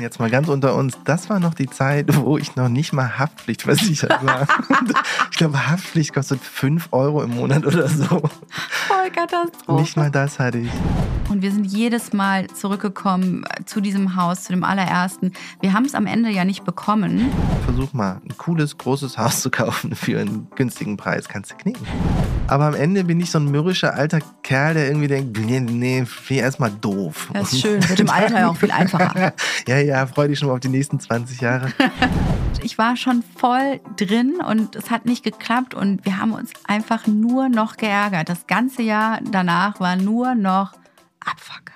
Jetzt mal ganz unter uns, das war noch die Zeit, wo ich noch nicht mal haftpflichtversichert war. Ich glaube, Haftpflicht kostet 5 € im Monat oder so. Voll Katastrophe. Nicht mal das hatte ich. Und wir sind jedes Mal zurückgekommen zu diesem Haus, zu dem allerersten. Wir haben es am Ende ja nicht bekommen. Versuch mal, ein cooles, großes Haus zu kaufen für einen günstigen Preis. Kannst du knicken. Aber am Ende bin ich so ein mürrischer alter Kerl, der irgendwie denkt, nee, viel erstmal doof. Das ist schön, wird im Alter ja auch viel einfacher. Ja, freu dich schon mal auf die nächsten 20 Jahre. Ich war schon voll drin und es hat nicht geklappt und wir haben uns einfach nur noch geärgert. Das ganze Jahr danach war nur noch Abfuck.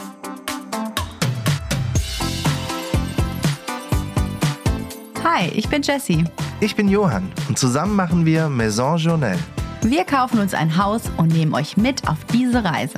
Hi, ich bin Jessie. Ich bin Johann und zusammen machen wir Maison Journelle. Wir kaufen uns ein Haus und nehmen euch mit auf diese Reise.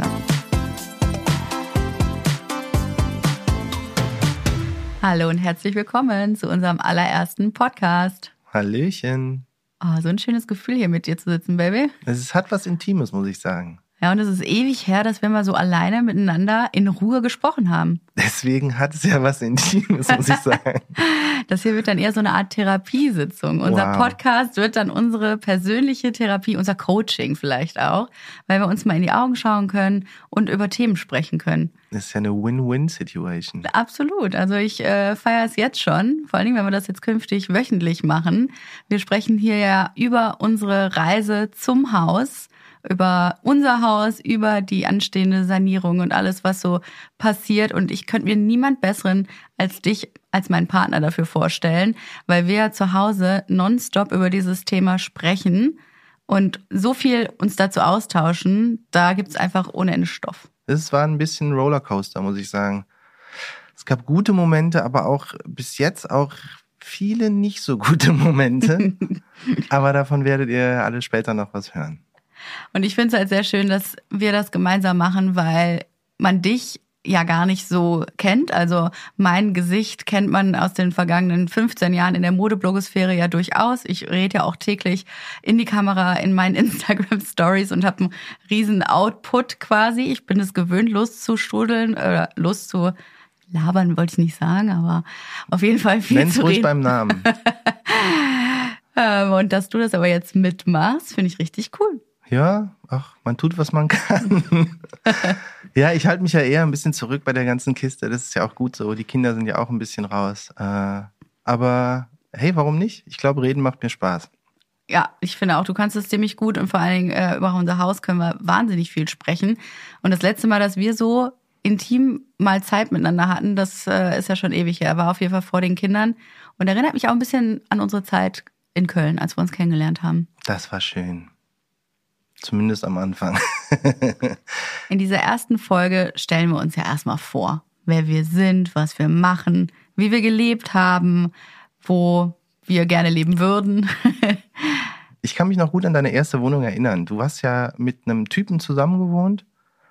Hallo und herzlich willkommen zu unserem allerersten Podcast. Hallöchen. Oh, so ein schönes Gefühl hier mit dir zu sitzen, Baby. Es hat was Intimes, muss ich sagen. Ja, und es ist ewig her, dass wir mal so alleine miteinander in Ruhe gesprochen haben. Deswegen hat es ja was Intimes, muss ich sagen. Das hier wird dann eher so eine Art Therapiesitzung. Unser Podcast wird dann unsere persönliche Therapie, unser Coaching vielleicht auch, weil wir uns mal in die Augen schauen können und über Themen sprechen können. Das ist ja eine Win-Win-Situation. Absolut. Also ich feiere es jetzt schon, vor allen Dingen, wenn wir das jetzt künftig wöchentlich machen. Wir sprechen hier ja über unsere Reise zum Haus, über unser Haus, über die anstehende Sanierung und alles, was so passiert. Und ich könnte mir niemand Besseren als dich, als meinen Partner dafür vorstellen, weil wir zu Hause nonstop über dieses Thema sprechen und so viel uns dazu austauschen. Da gibt's einfach ohne Ende Stoff. Es war ein bisschen Rollercoaster, muss ich sagen. Es gab gute Momente, aber auch bis jetzt auch viele nicht so gute Momente. Aber davon werdet ihr alle später noch was hören. Und ich finde es halt sehr schön, dass wir das gemeinsam machen, weil man dich ja gar nicht so kennt. Also mein Gesicht kennt man aus den vergangenen 15 Jahren in der Modeblogosphäre ja durchaus. Ich rede ja auch täglich in die Kamera in meinen Instagram-Stories und habe einen riesen Output quasi. Ich bin es gewöhnt, Lust zu strudeln, Lust zu labern, wollte ich nicht sagen, aber auf jeden Fall viel Nenn's zu reden. ruhig beim Namen. Und dass du das aber jetzt mitmachst, finde ich richtig cool. Ja, ach, man tut, was man kann. Ja, ich halte mich ja eher ein bisschen zurück bei der ganzen Kiste. Das ist ja auch gut so. Die Kinder sind ja auch ein bisschen raus. Aber hey, warum nicht? Ich glaube, reden macht mir Spaß. Ja, ich finde auch, du kannst es ziemlich gut und vor allen Dingen über unser Haus können wir wahnsinnig viel sprechen. Und das letzte Mal, dass wir so intim mal Zeit miteinander hatten, das ist ja schon ewig her, war auf jeden Fall vor den Kindern und erinnert mich auch ein bisschen an unsere Zeit in Köln, als wir uns kennengelernt haben. Das war schön. Zumindest am Anfang. In dieser ersten Folge stellen wir uns ja erstmal vor, wer wir sind, was wir machen, wie wir gelebt haben, wo wir gerne leben würden. Ich kann mich noch gut an deine erste Wohnung erinnern. Du hast ja mit einem Typen zusammen gewohnt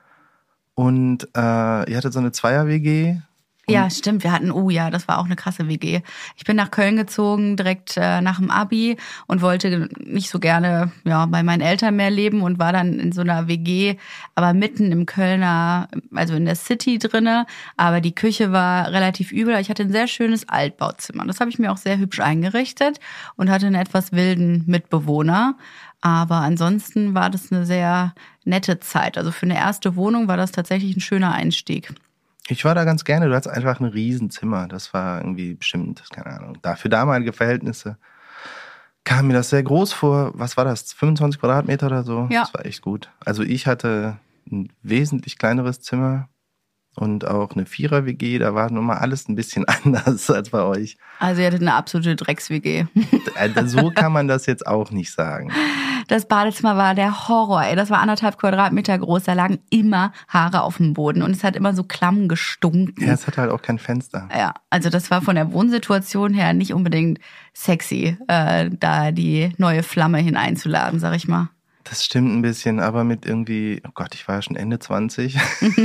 und ihr hattet so eine Zweier-WG. Ja, stimmt. Wir hatten, das war auch eine krasse WG. Ich bin nach Köln gezogen, direkt nach dem Abi und wollte nicht so gerne bei meinen Eltern mehr leben und war dann in so einer WG, aber mitten im Kölner, also in der City drinne. Aber die Küche war relativ übel. Ich hatte ein sehr schönes Altbauzimmer. Das habe ich mir auch sehr hübsch eingerichtet und hatte einen etwas wilden Mitbewohner. Aber ansonsten war das eine sehr nette Zeit. Also für eine erste Wohnung war das tatsächlich ein schöner Einstieg. Ich war da ganz gerne, du hattest einfach ein Riesenzimmer, das war irgendwie bestimmt, keine Ahnung, für damalige Verhältnisse kam mir das sehr groß vor. Was war das, 25 Quadratmeter oder so? Ja. Das war echt gut. Also ich hatte ein wesentlich kleineres Zimmer und auch eine Vierer-WG, da war nun mal alles ein bisschen anders als bei euch. Also ihr hattet eine absolute Drecks-WG. So kann man das jetzt auch nicht sagen. Das Badezimmer war der Horror, ey. Das war 1,5 Quadratmeter groß. Da lagen immer Haare auf dem Boden und es hat immer so klamm gestunken. Ja, es hat halt auch kein Fenster. Ja, also das war von der Wohnsituation her nicht unbedingt sexy, da die neue Flamme hineinzuladen, sag ich mal. Das stimmt ein bisschen, aber mit irgendwie, oh Gott, ich war ja schon Ende 20,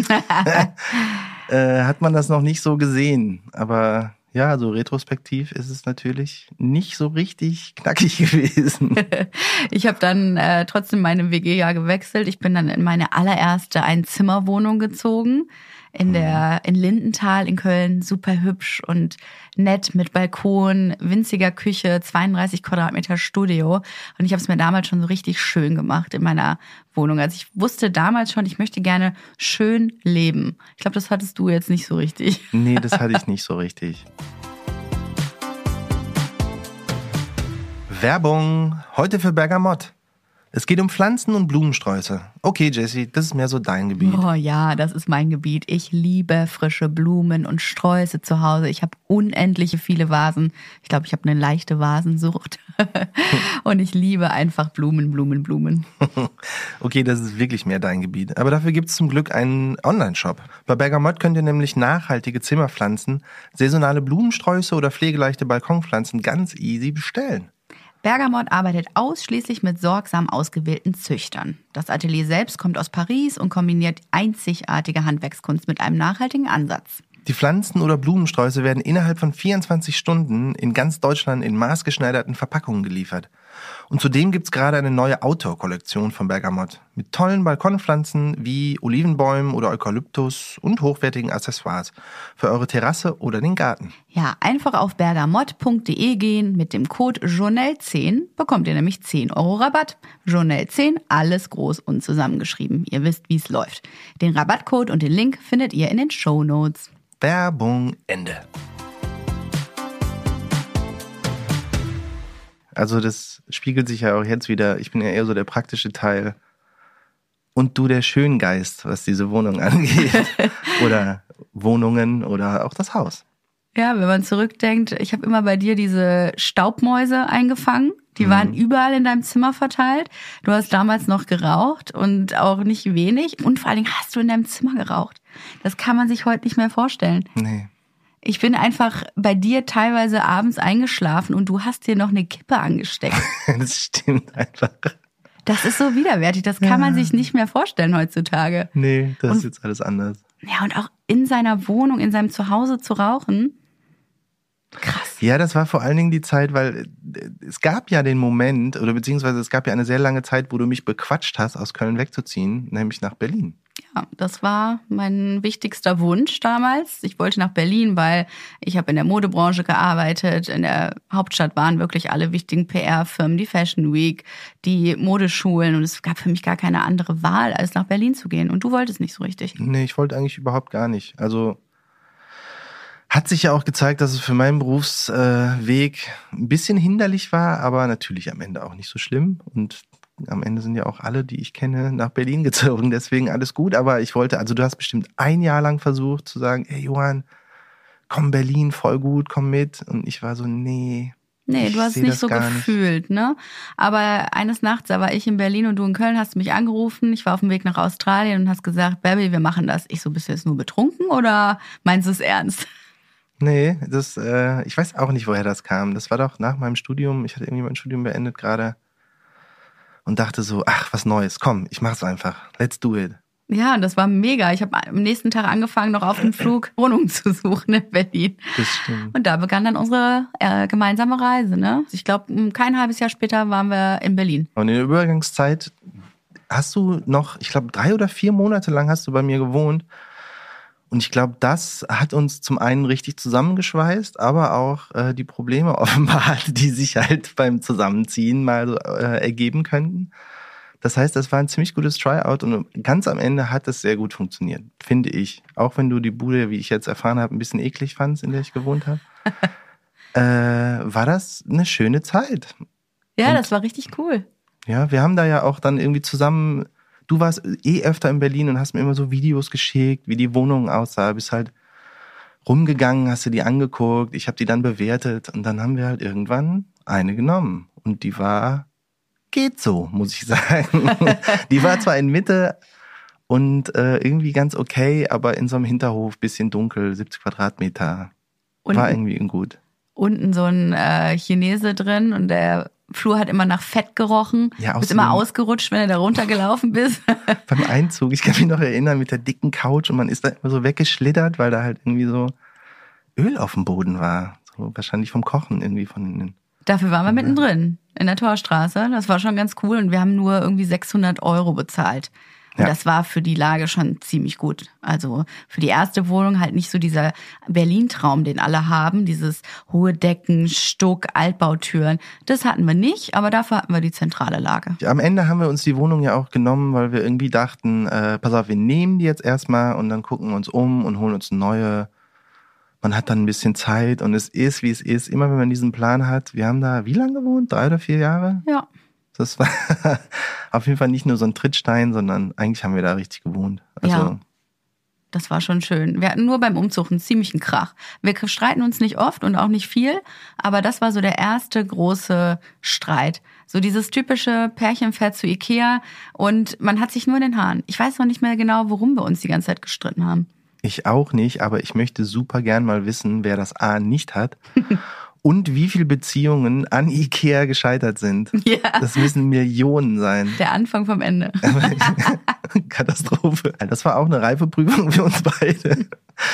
hat man das noch nicht so gesehen. Aber ja, so retrospektiv ist es natürlich nicht so richtig knackig gewesen. Ich habe dann trotzdem meine WG ja gewechselt. Ich bin dann in meine allererste Einzimmerwohnung gezogen in Lindenthal in Köln, super hübsch und nett mit Balkon, winziger Küche, 32 Quadratmeter Studio. Und ich habe es mir damals schon so richtig schön gemacht in meiner Wohnung. Also ich wusste damals schon, ich möchte gerne schön leben. Ich glaube, das hattest du jetzt nicht so richtig. Nee, das hatte ich nicht so richtig. Werbung, heute für Bergamot. Es geht um Pflanzen und Blumensträuße. Okay, Jessie, das ist mehr so dein Gebiet. Oh ja, das ist mein Gebiet. Ich liebe frische Blumen und Sträuße zu Hause. Ich habe unendliche viele Vasen. Ich glaube, ich habe eine leichte Vasensucht. Und ich liebe einfach Blumen. Okay, das ist wirklich mehr dein Gebiet. Aber dafür gibt es zum Glück einen Online-Shop. Bei Bergamot könnt ihr nämlich nachhaltige Zimmerpflanzen, saisonale Blumensträuße oder pflegeleichte Balkonpflanzen ganz easy bestellen. Bergamot arbeitet ausschließlich mit sorgsam ausgewählten Züchtern. Das Atelier selbst kommt aus Paris und kombiniert einzigartige Handwerkskunst mit einem nachhaltigen Ansatz. Die Pflanzen oder Blumensträuße werden innerhalb von 24 Stunden in ganz Deutschland in maßgeschneiderten Verpackungen geliefert. Und zudem gibt's gerade eine neue Outdoor-Kollektion von Bergamot mit tollen Balkonpflanzen wie Olivenbäumen oder Eukalyptus und hochwertigen Accessoires für eure Terrasse oder den Garten. Ja, einfach auf bergamot.de gehen. Mit dem Code Journal10 bekommt ihr nämlich 10 € Rabatt. Journal10, alles groß und zusammengeschrieben. Ihr wisst, wie es läuft. Den Rabattcode und den Link findet ihr in den Shownotes. Werbung Ende. Also das spiegelt sich ja auch jetzt wieder. Ich bin ja eher so der praktische Teil. Und du der Schöngeist, was diese Wohnung angeht. Oder Wohnungen oder auch das Haus. Ja, wenn man zurückdenkt, ich habe immer bei dir diese Staubmäuse eingefangen. Die waren überall in deinem Zimmer verteilt. Du hast damals noch geraucht und auch nicht wenig. Und vor allen Dingen hast du in deinem Zimmer geraucht. Das kann man sich heute nicht mehr vorstellen. Nee. Ich bin einfach bei dir teilweise abends eingeschlafen und du hast dir noch eine Kippe angesteckt. Das stimmt einfach. Das ist so widerwärtig. Das kann man sich nicht mehr vorstellen heutzutage. Nee, das ist jetzt alles anders. Ja, und auch in seiner Wohnung, in seinem Zuhause zu rauchen. Krass. Ja, das war vor allen Dingen die Zeit, weil es gab ja den Moment, oder beziehungsweise es gab ja eine sehr lange Zeit, wo du mich bequatscht hast, aus Köln wegzuziehen, nämlich nach Berlin. Ja, das war mein wichtigster Wunsch damals. Ich wollte nach Berlin, weil ich habe in der Modebranche gearbeitet. In der Hauptstadt waren wirklich alle wichtigen PR-Firmen, die Fashion Week, die Modeschulen. Und es gab für mich gar keine andere Wahl, als nach Berlin zu gehen. Und du wolltest nicht so richtig. Nee, ich wollte eigentlich überhaupt gar nicht. Also hat sich ja auch gezeigt, dass es für meinen Berufsweg ein bisschen hinderlich war, aber natürlich am Ende auch nicht so schlimm. Und am Ende sind ja auch alle, die ich kenne, nach Berlin gezogen. Deswegen alles gut. Aber ich wollte, also du hast bestimmt ein Jahr lang versucht zu sagen, ey Johann, komm Berlin, voll gut, komm mit. Und ich war so, nee. Nee, du hast es nicht so gefühlt, ne? Aber eines Nachts, da war ich in Berlin und du in Köln, hast mich angerufen. Ich war auf dem Weg nach Australien und hast gesagt, Baby, wir machen das. Ich so, bist du jetzt nur betrunken oder meinst du es ernst? Nee, ich weiß auch nicht, woher das kam. Das war doch nach meinem Studium. Ich hatte irgendwie mein Studium beendet gerade und dachte so, ach, was Neues. Komm, ich mach's einfach. Let's do it. Ja, und das war mega. Ich habe am nächsten Tag angefangen, noch auf dem Flug Wohnungen zu suchen in Berlin. Das stimmt. Und da begann dann unsere gemeinsame Reise, ne? Ich glaube, kein halbes Jahr später waren wir in Berlin. Und in der Übergangszeit hast du noch, ich glaube, 3 oder 4 Monate lang hast du bei mir gewohnt. Und ich glaube, das hat uns zum einen richtig zusammengeschweißt, aber auch die Probleme offenbart, die sich halt beim Zusammenziehen mal so ergeben könnten. Das heißt, das war ein ziemlich gutes Tryout und ganz am Ende hat es sehr gut funktioniert, finde ich. Auch wenn du die Bude, wie ich jetzt erfahren habe, ein bisschen eklig fandst, in der ich gewohnt habe, war das eine schöne Zeit. Ja, und das war richtig cool. Ja, wir haben da ja auch dann irgendwie zusammen, du warst öfter in Berlin und hast mir immer so Videos geschickt, wie die Wohnung aussah, bist halt rumgegangen, hast du die angeguckt, ich habe die dann bewertet und dann haben wir halt irgendwann eine genommen und die geht so, muss ich sagen. Die war zwar in Mitte und irgendwie ganz okay, aber in so einem Hinterhof, bisschen dunkel, 70 Quadratmeter, war irgendwie gut. Unten so ein Chinese drin und der Flur hat immer nach Fett gerochen. Ja, bist immer ausgerutscht, wenn du da runtergelaufen bist. Beim Einzug, ich kann mich noch erinnern, mit der dicken Couch und man ist da immer so weggeschlittert, weil da halt irgendwie so Öl auf dem Boden war. So wahrscheinlich vom Kochen irgendwie von innen. Dafür waren wir mittendrin, in der Torstraße. Das war schon ganz cool und wir haben nur irgendwie 600 € bezahlt. Und das war für die Lage schon ziemlich gut. Also für die erste Wohnung halt nicht so dieser Berlin-Traum, den alle haben, dieses hohe Decken, Stuck, Altbautüren. Das hatten wir nicht, aber dafür hatten wir die zentrale Lage. Am Ende haben wir uns die Wohnung ja auch genommen, weil wir irgendwie dachten, pass auf, wir nehmen die jetzt erstmal und dann gucken wir uns um und holen uns eine neue. Man hat dann ein bisschen Zeit und es ist, wie es ist. Immer wenn man diesen Plan hat, wir haben da wie lange gewohnt? 3 oder 4 Jahre? Ja. Das war auf jeden Fall nicht nur so ein Trittstein, sondern eigentlich haben wir da richtig gewohnt. Also ja, das war schon schön. Wir hatten nur beim Umzug einen ziemlichen Krach. Wir streiten uns nicht oft und auch nicht viel, aber das war so der erste große Streit. So dieses typische Pärchen fährt zu Ikea und man hat sich nur in den Haaren. Ich weiß noch nicht mehr genau, worum wir uns die ganze Zeit gestritten haben. Ich auch nicht, aber ich möchte super gern mal wissen, wer das A nicht hat. Und wie viele Beziehungen an Ikea gescheitert sind. Ja. Das müssen Millionen sein. Der Anfang vom Ende. Katastrophe. Das war auch eine Reifeprüfung für uns beide.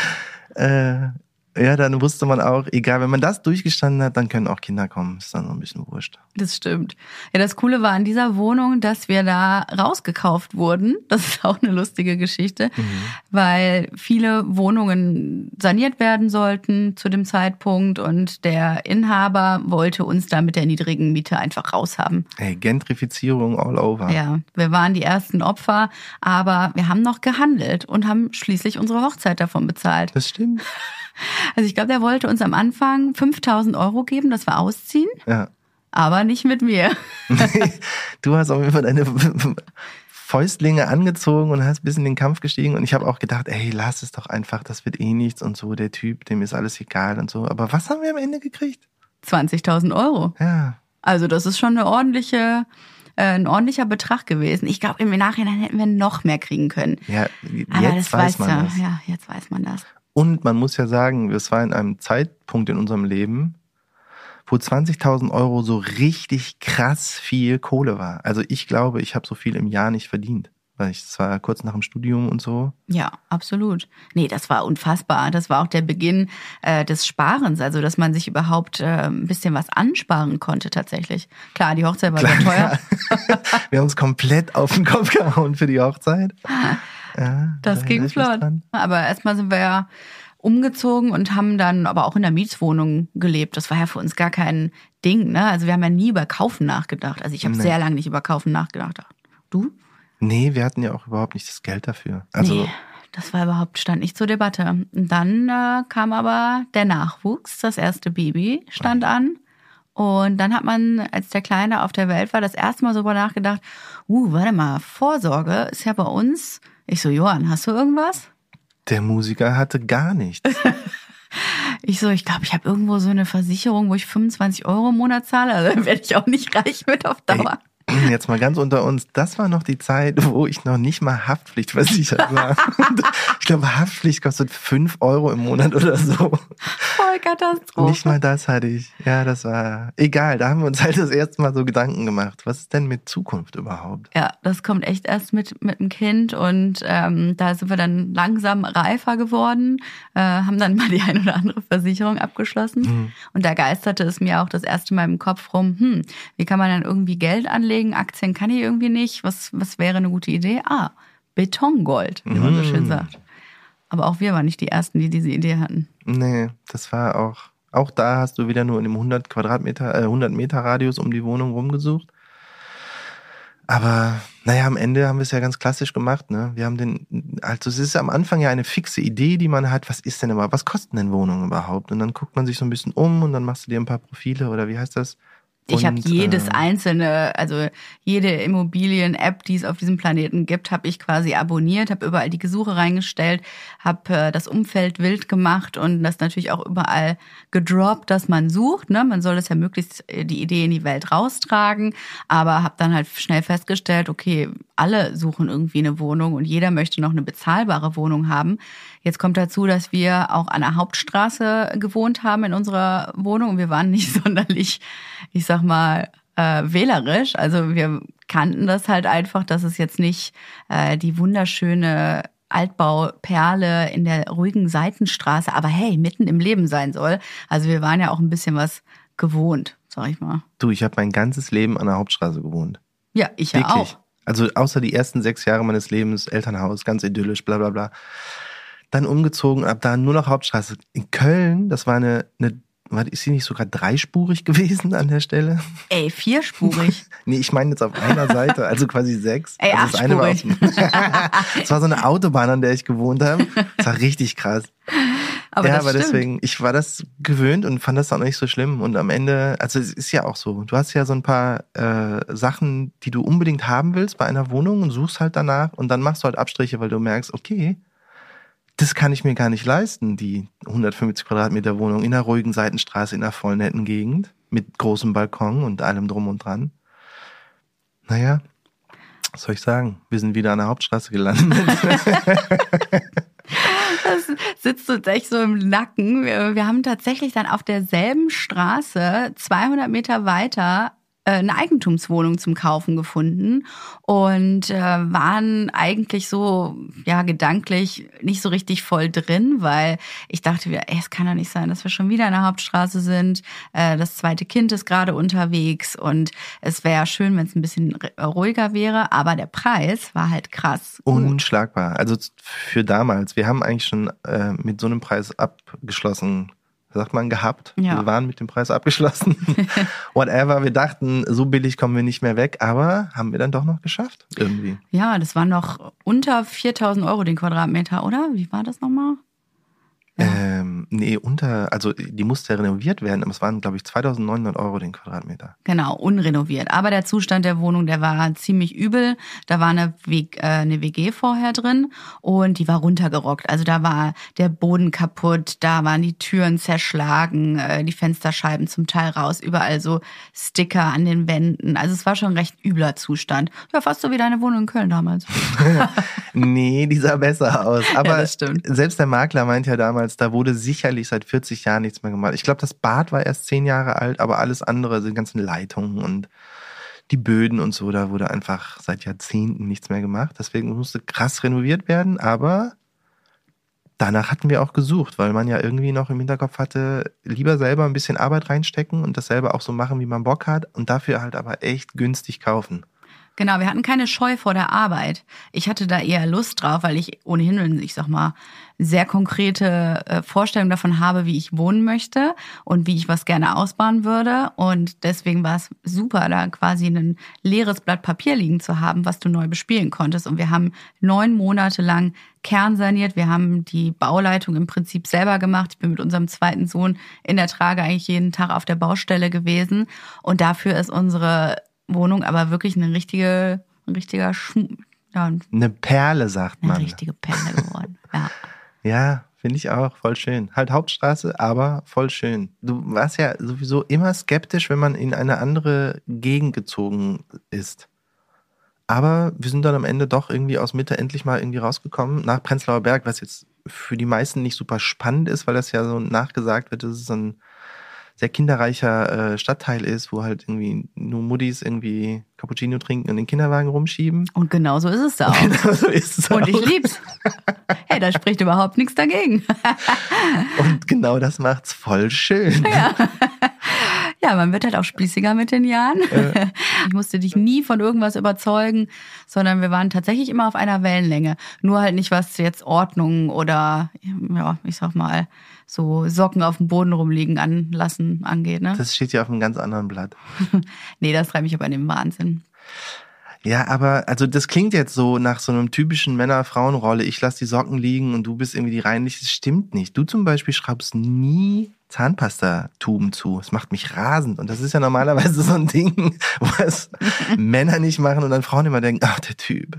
Ja, dann wusste man auch, egal, wenn man das durchgestanden hat, dann können auch Kinder kommen. Ist dann so ein bisschen wurscht. Das stimmt. Ja, das Coole war an dieser Wohnung, dass wir da rausgekauft wurden. Das ist auch eine lustige Geschichte, weil viele Wohnungen saniert werden sollten zu dem Zeitpunkt und der Inhaber wollte uns da mit der niedrigen Miete einfach raushaben. Hey, Gentrifizierung all over. Ja, wir waren die ersten Opfer, aber wir haben noch gehandelt und haben schließlich unsere Hochzeit davon bezahlt. Das stimmt. Also ich glaube, der wollte uns am Anfang 5.000 € geben, dass wir ausziehen. Ja. Aber nicht mit mir. Du hast auf jeden Fall deine Fäustlinge angezogen und hast bis in den Kampf gestiegen. Und ich habe auch gedacht, ey, lass es doch einfach, das wird eh nichts und so. Der Typ, dem ist alles egal und so. Aber was haben wir am Ende gekriegt? 20.000 €. Ja. Also das ist schon ein ordentlicher Betrag gewesen. Ich glaube, im Nachhinein hätten wir noch mehr kriegen können. Ja, aber jetzt weiß man das. Ja, jetzt weiß man das. Und man muss ja sagen, es war in einem Zeitpunkt in unserem Leben, wo 20.000 € so richtig krass viel Kohle war. Also ich glaube, ich habe so viel im Jahr nicht verdient. Weil es war kurz nach dem Studium und so. Ja, absolut. Nee, das war unfassbar. Das war auch der Beginn des Sparens, also dass man sich überhaupt ein bisschen was ansparen konnte tatsächlich. Klar, die Hochzeit war sehr teuer. Wir haben uns komplett auf den Kopf gehauen für die Hochzeit. Ja, das ging flott. Aber erstmal sind wir ja umgezogen und haben dann aber auch in der Mietswohnung gelebt. Das war ja für uns gar kein Ding, ne? Also wir haben ja nie über Kaufen nachgedacht. Also ich habe sehr lange nicht über Kaufen nachgedacht. Du? Nee, wir hatten ja auch überhaupt nicht das Geld dafür. Also nee, das stand nicht zur Debatte. Und dann kam aber der Nachwuchs, das erste Baby stand an. Und dann hat man, als der Kleine auf der Welt war, das erste Mal so darüber nachgedacht, warte mal, Vorsorge ist ja bei uns. Ich so, Johann, hast du irgendwas? Der Musiker hatte gar nichts. Ich glaube, ich habe irgendwo so eine Versicherung, wo ich 25 € im Monat zahle. Also dann werde ich auch nicht reich mit auf Dauer. Jetzt mal ganz unter uns, das war noch die Zeit, wo ich noch nicht mal haftpflichtversichert war. Ich glaube, Haftpflicht kostet 5 € im Monat oder so. Voll Katastrophe. Nicht mal das hatte ich. Ja, das war egal. Da haben wir uns halt das erste Mal so Gedanken gemacht. Was ist denn mit Zukunft überhaupt? Ja, das kommt echt erst mit dem Kind und da sind wir dann langsam reifer geworden, haben dann mal die ein oder andere Versicherung abgeschlossen. Und da geisterte es mir auch das erste Mal im Kopf rum, wie kann man dann irgendwie Geld anlegen? Aktien kann ich irgendwie nicht. Was wäre eine gute Idee? Betongold, wie man so schön sagt. Aber auch wir waren nicht die Ersten, die diese Idee hatten. Nee, das war auch da hast du wieder nur in dem 100 Meter Radius um die Wohnung rumgesucht. Aber naja, am Ende haben wir es ja ganz klassisch gemacht, ne? Wir haben also es ist am Anfang ja eine fixe Idee, die man hat, was kosten denn Wohnungen überhaupt? Und dann guckt man sich so ein bisschen um und dann machst du dir ein paar Profile oder wie heißt das? Ich habe jedes einzelne, also jede Immobilien-App, die es auf diesem Planeten gibt, habe ich quasi abonniert, habe überall die Gesuche reingestellt, habe das Umfeld wild gemacht und das natürlich auch überall gedroppt, dass man sucht. Ne? Man soll das ja möglichst die Idee in die Welt raustragen, aber habe dann halt schnell festgestellt, okay, alle suchen irgendwie eine Wohnung und jeder möchte noch eine bezahlbare Wohnung haben. Jetzt kommt dazu, dass wir auch an der Hauptstraße gewohnt haben in unserer Wohnung und wir waren nicht sonderlich, ich sag mal, wählerisch. Also wir kannten das halt einfach, dass es jetzt nicht die wunderschöne Altbauperle in der ruhigen Seitenstraße, aber hey, mitten im Leben sein soll. Also wir waren ja auch ein bisschen was gewohnt, sag ich mal. Du, ich habe mein ganzes Leben an der Hauptstraße gewohnt. Ja, ich ja auch. Also außer die ersten 6 Jahre meines Lebens, Elternhaus, ganz idyllisch, bla bla bla. Dann umgezogen, ab da nur noch Hauptstraße. In Köln, das war ist sie nicht sogar 3-spurig gewesen an der Stelle? Ey, 4-spurig. Nee, ich meine jetzt auf einer Seite, also quasi 6. Ey, also 8-spurig. Es war so eine Autobahn, an der ich gewohnt habe. Das war richtig krass. Aber ja, das aber stimmt. deswegen, ich war das gewöhnt und fand das auch nicht so schlimm. Und am Ende, also es ist ja auch so, du hast ja so ein paar Sachen, die du unbedingt haben willst bei einer Wohnung und suchst halt danach und dann machst du halt Abstriche, weil du merkst, okay, das kann ich mir gar nicht leisten, die 150 Quadratmeter Wohnung in einer ruhigen Seitenstraße in einer voll netten Gegend mit großem Balkon und allem drum und dran. Naja, was soll ich sagen? Wir sind wieder an der Hauptstraße gelandet. Das sitzt uns echt so im Nacken. Wir haben tatsächlich dann auf derselben Straße 200 Meter weiter eine Eigentumswohnung zum Kaufen gefunden und waren eigentlich so, ja, gedanklich nicht so richtig voll drin, weil ich dachte, es kann ja nicht sein, dass wir schon wieder in der Hauptstraße sind. Das zweite Kind ist gerade unterwegs und es wäre ja schön, wenn es ein bisschen ruhiger wäre, aber der Preis war halt krass. Unschlagbar. Also für damals. Wir haben eigentlich schon mit so einem Preis abgeschlossen. Sagt man, gehabt. Ja. Wir waren mit dem Preis abgeschlossen. Whatever. Wir dachten, so billig kommen wir nicht mehr weg, aber haben wir dann doch noch geschafft, irgendwie. Ja, das waren noch unter 4.000 Euro den Quadratmeter, oder? Wie war das nochmal? Ja. Nee, also die musste renoviert werden, aber es waren, glaube ich, 2.900 Euro den Quadratmeter. Genau, unrenoviert. Aber der Zustand der Wohnung, der war ziemlich übel. Da war eine WG vorher drin und die war runtergerockt. Also da war der Boden kaputt, da waren die Türen zerschlagen, die Fensterscheiben zum Teil raus, überall so Sticker an den Wänden. Also es war schon ein recht übler Zustand. Ja, fast so wie deine Wohnung in Köln damals. Nee, die sah besser aus. Aber Ja, das stimmt. Selbst der Makler meint ja damals, da wurde sicherlich seit 40 Jahren nichts mehr gemacht. Ich glaube, das Bad war erst 10 Jahre alt, aber alles andere, die ganzen Leitungen und die Böden und so, da wurde einfach seit Jahrzehnten nichts mehr gemacht. Deswegen musste krass renoviert werden, aber danach hatten wir auch gesucht, weil man ja irgendwie noch im Hinterkopf hatte, lieber selber ein bisschen Arbeit reinstecken und das selber auch so machen, wie man Bock hat und dafür halt aber echt günstig kaufen. Genau, wir hatten keine Scheu vor der Arbeit. Ich hatte da eher Lust drauf, weil ich ohnehin, ich sag mal, sehr konkrete Vorstellungen davon habe, wie ich wohnen möchte und wie ich was gerne ausbauen würde. Und deswegen war es super, da quasi ein leeres Blatt Papier liegen zu haben, was du neu bespielen konntest. Und wir haben 9 Monate lang kernsaniert. Wir haben die Bauleitung im Prinzip selber gemacht. Ich bin mit unserem zweiten Sohn in der Trage eigentlich jeden Tag auf der Baustelle gewesen. Und dafür ist unsere Wohnung aber wirklich ein richtiger eine Perle, sagt man. Eine richtige Perle geworden, ja. Ja, finde ich auch, voll schön. Halt Hauptstraße, aber voll schön. Du warst ja sowieso immer skeptisch, wenn man in eine andere Gegend gezogen ist. Aber wir sind dann am Ende doch irgendwie aus Mitte endlich mal irgendwie rausgekommen, nach Prenzlauer Berg, was jetzt für die meisten nicht super spannend ist, weil das ja so nachgesagt wird, dass es so ein sehr kinderreicher Stadtteil ist, wo halt irgendwie nur Muttis irgendwie Cappuccino trinken und den Kinderwagen rumschieben. Und genau so ist es da auch. Genau so ist es Und auch. ich lieb's. Hey, da spricht überhaupt nichts dagegen. Und genau das macht's voll schön. Ja, man wird halt auch spießiger mit den Jahren. Ich musste dich nie von irgendwas überzeugen, sondern wir waren tatsächlich immer auf einer Wellenlänge. Nur halt nicht, was jetzt Ordnung oder, ja, ich sag mal, so Socken auf dem Boden rumliegen angeht. Ne? Das steht ja auf einem ganz anderen Blatt. Nee, das treibt mich aber in den Wahnsinn. Ja, aber also das klingt jetzt so nach so einem typischen Männer-Frauen-Rolle. Ich lasse die Socken liegen und du bist irgendwie die reinliche. Das stimmt nicht. Du zum Beispiel schraubst nie Zahnpastatuben zu. Das macht mich rasend. Und das ist ja normalerweise so ein Ding, was Männer nicht machen und dann Frauen immer denken, ach, der Typ.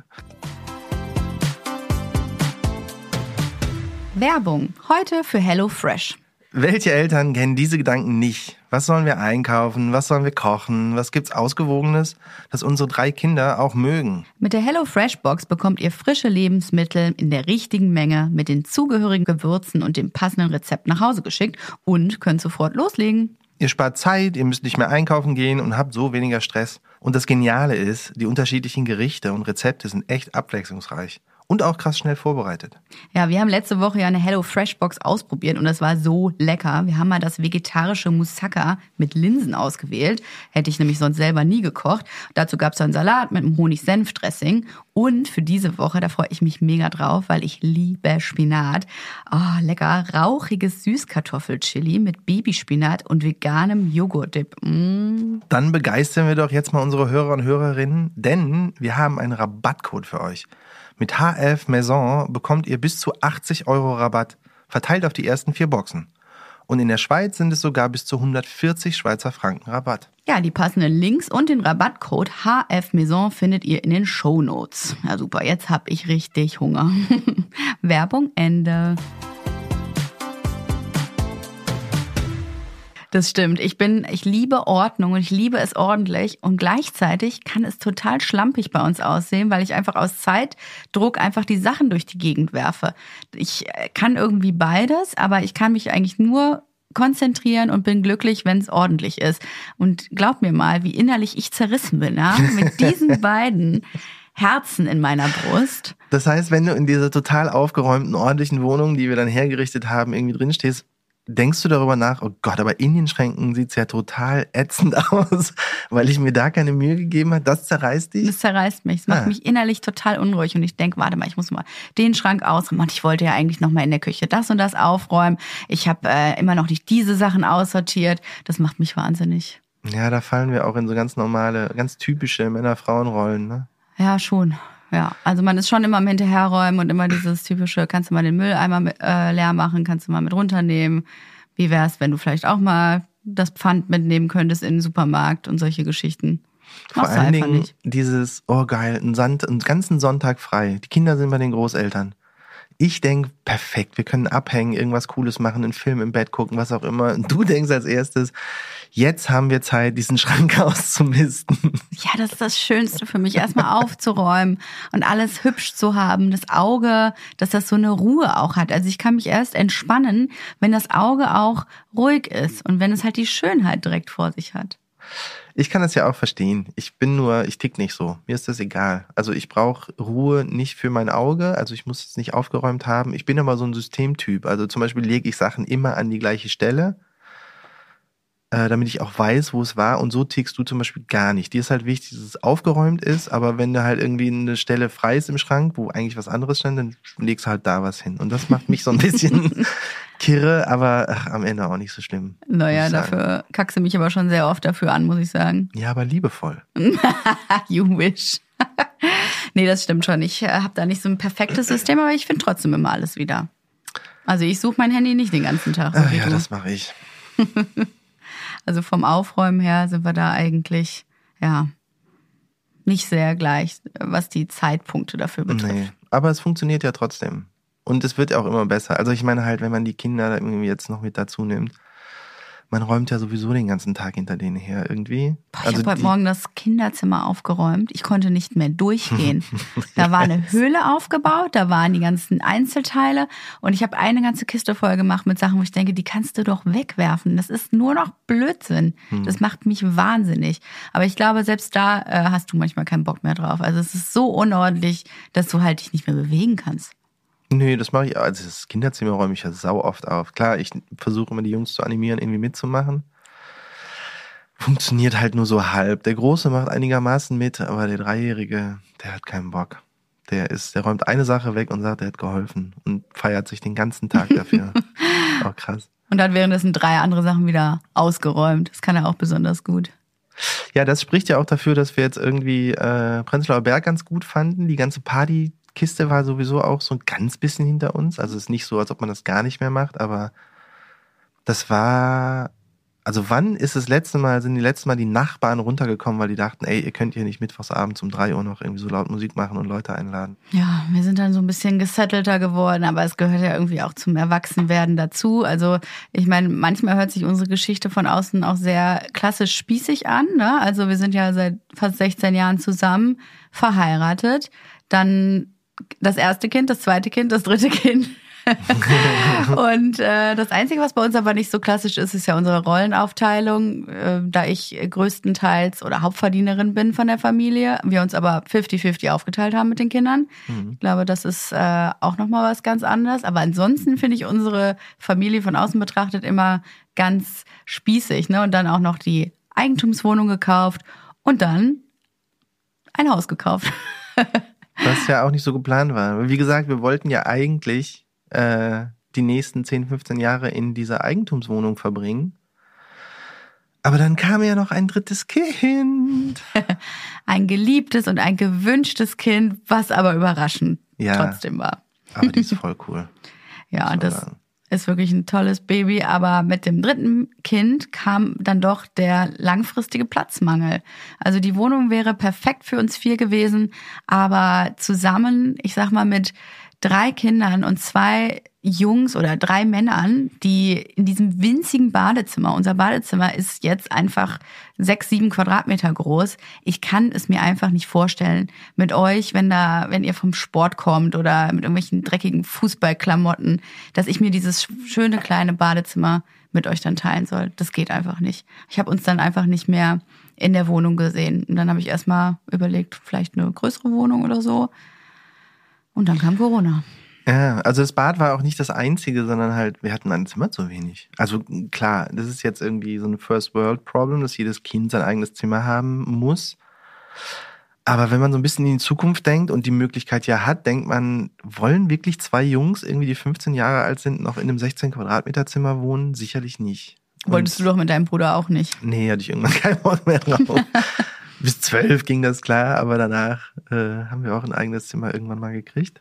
Werbung. Heute für HelloFresh. Welche Eltern kennen diese Gedanken nicht? Was sollen wir einkaufen? Was sollen wir kochen? Was gibt's Ausgewogenes, das unsere 3 Kinder auch mögen? Mit der HelloFresh-Box bekommt ihr frische Lebensmittel in der richtigen Menge mit den zugehörigen Gewürzen und dem passenden Rezept nach Hause geschickt und könnt sofort loslegen. Ihr spart Zeit, ihr müsst nicht mehr einkaufen gehen und habt so weniger Stress. Und das Geniale ist, die unterschiedlichen Gerichte und Rezepte sind echt abwechslungsreich. Und auch krass schnell vorbereitet. Ja, wir haben letzte Woche ja eine HelloFresh-Box ausprobiert und das war so lecker. Wir haben mal das vegetarische Moussaka mit Linsen ausgewählt. Hätte ich nämlich sonst selber nie gekocht. Dazu gab es einen Salat mit einem Honig-Senf-Dressing. Und für diese Woche, da freue ich mich mega drauf, weil ich liebe Spinat. Oh, lecker, rauchiges Süßkartoffelchili mit Babyspinat und veganem Joghurt-Dip. Dann begeistern wir doch jetzt mal unsere Hörer und Hörerinnen, denn wir haben einen Rabattcode für euch. Mit H11 Maison bekommt ihr bis zu 80 € Rabatt, verteilt auf die ersten 4 Boxen. Und in der Schweiz sind es sogar bis zu 140 Schweizer Franken Rabatt. Ja, die passenden Links und den Rabattcode HF Maison findet ihr in den Shownotes. Ja, super, jetzt hab ich richtig Hunger. Werbung Ende. Das stimmt. Ich liebe Ordnung und ich liebe es ordentlich und gleichzeitig kann es total schlampig bei uns aussehen, weil ich einfach aus Zeitdruck einfach die Sachen durch die Gegend werfe. Ich kann irgendwie beides, aber ich kann mich eigentlich nur konzentrieren und bin glücklich, wenn es ordentlich ist. Und glaub mir mal, wie innerlich ich zerrissen bin, ja? Mit diesen beiden Herzen in meiner Brust. Das heißt, wenn du in dieser total aufgeräumten, ordentlichen Wohnung, die wir dann hergerichtet haben, irgendwie drin stehst, denkst du darüber nach, oh Gott, aber in den Schränken sieht's ja total ätzend aus, weil ich mir da keine Mühe gegeben habe. Das zerreißt dich? Das zerreißt mich. Es macht mich innerlich total unruhig und ich denke, warte mal, ich muss mal den Schrank ausräumen und ich wollte ja eigentlich noch mal in der Küche das und das aufräumen. Ich habe immer noch nicht diese Sachen aussortiert. Das macht mich wahnsinnig. Ja, da fallen wir auch in so ganz normale, ganz typische Männer-Frauen-Rollen, ne? Ja, schon. Ja, also man ist schon immer am Hinterherräumen und immer dieses typische, kannst du mal den Mülleimer leer machen, kannst du mal mit runternehmen. Wie wär's, wenn du vielleicht auch mal das Pfand mitnehmen könntest in den Supermarkt und solche Geschichten. Vor allen Dingen dieses, oh geil, einen ganzen Sonntag frei. Die Kinder sind bei den Großeltern. Ich denke, perfekt, wir können abhängen, irgendwas Cooles machen, einen Film im Bett gucken, was auch immer. Und du denkst als erstes, jetzt haben wir Zeit, diesen Schrank auszumisten. Ja, das ist das Schönste für mich, erstmal aufzuräumen und alles hübsch zu haben. Das Auge, dass das so eine Ruhe auch hat. Also ich kann mich erst entspannen, wenn das Auge auch ruhig ist und wenn es halt die Schönheit direkt vor sich hat. Ich kann das ja auch verstehen. Ich tick nicht so. Mir ist das egal. Also ich brauche Ruhe nicht für mein Auge. Also ich muss es nicht aufgeräumt haben. Ich bin aber so ein Systemtyp. Also zum Beispiel lege ich Sachen immer an die gleiche Stelle, damit ich auch weiß, wo es war. Und so tickst du zum Beispiel gar nicht. Dir ist halt wichtig, dass es aufgeräumt ist. Aber wenn da halt irgendwie eine Stelle frei ist im Schrank, wo eigentlich was anderes stand, dann legst du halt da was hin. Und das macht mich so ein bisschen kirre, aber am Ende auch nicht so schlimm. Naja, dafür kackst du mich aber schon sehr oft dafür an, muss ich sagen. Ja, aber liebevoll. You wish. Nee, das stimmt schon. Ich habe da nicht so ein perfektes System, aber ich finde trotzdem immer alles wieder. Also ich suche mein Handy nicht den ganzen Tag. So Ja, das mache ich. Also vom Aufräumen her sind wir da eigentlich, ja, nicht sehr gleich, was die Zeitpunkte dafür betrifft. Nee, aber es funktioniert ja trotzdem. Und es wird ja auch immer besser. Also ich meine halt, wenn man die Kinder da irgendwie jetzt noch mit dazu nimmt, man räumt ja sowieso den ganzen Tag hinter denen her irgendwie. Ich habe heute Morgen das Kinderzimmer aufgeräumt. Ich konnte nicht mehr durchgehen. Da war eine Höhle aufgebaut, da waren die ganzen Einzelteile und ich habe eine ganze Kiste voll gemacht mit Sachen, wo ich denke, die kannst du doch wegwerfen. Das ist nur noch Blödsinn. Das macht mich wahnsinnig. Aber ich glaube, selbst da hast du manchmal keinen Bock mehr drauf. Also es ist so unordentlich, dass du halt dich nicht mehr bewegen kannst. Nee, das mache ich, also das Kinderzimmer räume ich ja sau oft auf. Klar, ich versuche immer die Jungs zu animieren, irgendwie mitzumachen. Funktioniert halt nur so halb. Der Große macht einigermaßen mit, aber der Dreijährige, der hat keinen Bock. Der räumt eine Sache weg und sagt, er hat geholfen und feiert sich den ganzen Tag dafür. Auch krass. Und hat währenddessen 3 andere Sachen wieder ausgeräumt. Das kann er auch besonders gut. Ja, das spricht ja auch dafür, dass wir jetzt irgendwie Prenzlauer Berg ganz gut fanden. Die ganze Partykiste war sowieso auch so ein ganz bisschen hinter uns. Also es ist nicht so, als ob man das gar nicht mehr macht, aber das war, also wann ist sind die letzte Mal die Nachbarn runtergekommen, weil die dachten, ey, ihr könnt hier nicht mittwochsabends um 3 Uhr noch irgendwie so laut Musik machen und Leute einladen. Ja, wir sind dann so ein bisschen gesettelter geworden, aber es gehört ja irgendwie auch zum Erwachsenwerden dazu. Also ich meine, manchmal hört sich unsere Geschichte von außen auch sehr klassisch spießig an, ne? Also wir sind ja seit fast 16 Jahren zusammen, verheiratet, dann das erste Kind, das zweite Kind, das dritte Kind. Und das Einzige, was bei uns aber nicht so klassisch ist, ist ja unsere Rollenaufteilung, da ich größtenteils oder Hauptverdienerin bin von der Familie, wir uns aber 50-50 aufgeteilt haben mit den Kindern. Ich glaube, das ist auch nochmal was ganz anderes. Aber ansonsten finde ich unsere Familie von außen betrachtet immer ganz spießig, ne? Und dann auch noch die Eigentumswohnung gekauft und dann ein Haus gekauft. Was ja auch nicht so geplant war. Wie gesagt, wir wollten ja eigentlich die nächsten 10, 15 Jahre in dieser Eigentumswohnung verbringen. Aber dann kam ja noch ein drittes Kind. Ein geliebtes und ein gewünschtes Kind, was aber überraschend trotzdem war. Aber die ist voll cool. Ja, und das ist wirklich ein tolles Baby. Aber mit dem dritten Kind kam dann doch der langfristige Platzmangel. Also die Wohnung wäre perfekt für uns 4 gewesen, aber zusammen, ich sag mal mit 3 Kindern und 2 Jungs oder 3 Männern, die in diesem winzigen Badezimmer, unser Badezimmer ist jetzt einfach 6, 7 Quadratmeter groß. Ich kann es mir einfach nicht vorstellen mit euch, wenn ihr vom Sport kommt oder mit irgendwelchen dreckigen Fußballklamotten, dass ich mir dieses schöne kleine Badezimmer mit euch dann teilen soll. Das geht einfach nicht. Ich habe uns dann einfach nicht mehr in der Wohnung gesehen. Und dann habe ich erstmal überlegt, vielleicht eine größere Wohnung oder so. Und dann kam Corona. Ja, also das Bad war auch nicht das Einzige, sondern halt, wir hatten ein Zimmer zu wenig. Also klar, das ist jetzt irgendwie so ein First-World-Problem, dass jedes Kind sein eigenes Zimmer haben muss. Aber wenn man so ein bisschen in die Zukunft denkt und die Möglichkeit ja hat, denkt man, wollen wirklich 2 Jungs, irgendwie die 15 Jahre alt sind, noch in einem 16 Quadratmeter Zimmer wohnen? Sicherlich nicht. Wolltest du doch mit deinem Bruder auch nicht? Nee, hatte ich irgendwann keinen Bock mehr drauf. Bis 12 ging das klar, aber danach haben wir auch ein eigenes Zimmer irgendwann mal gekriegt.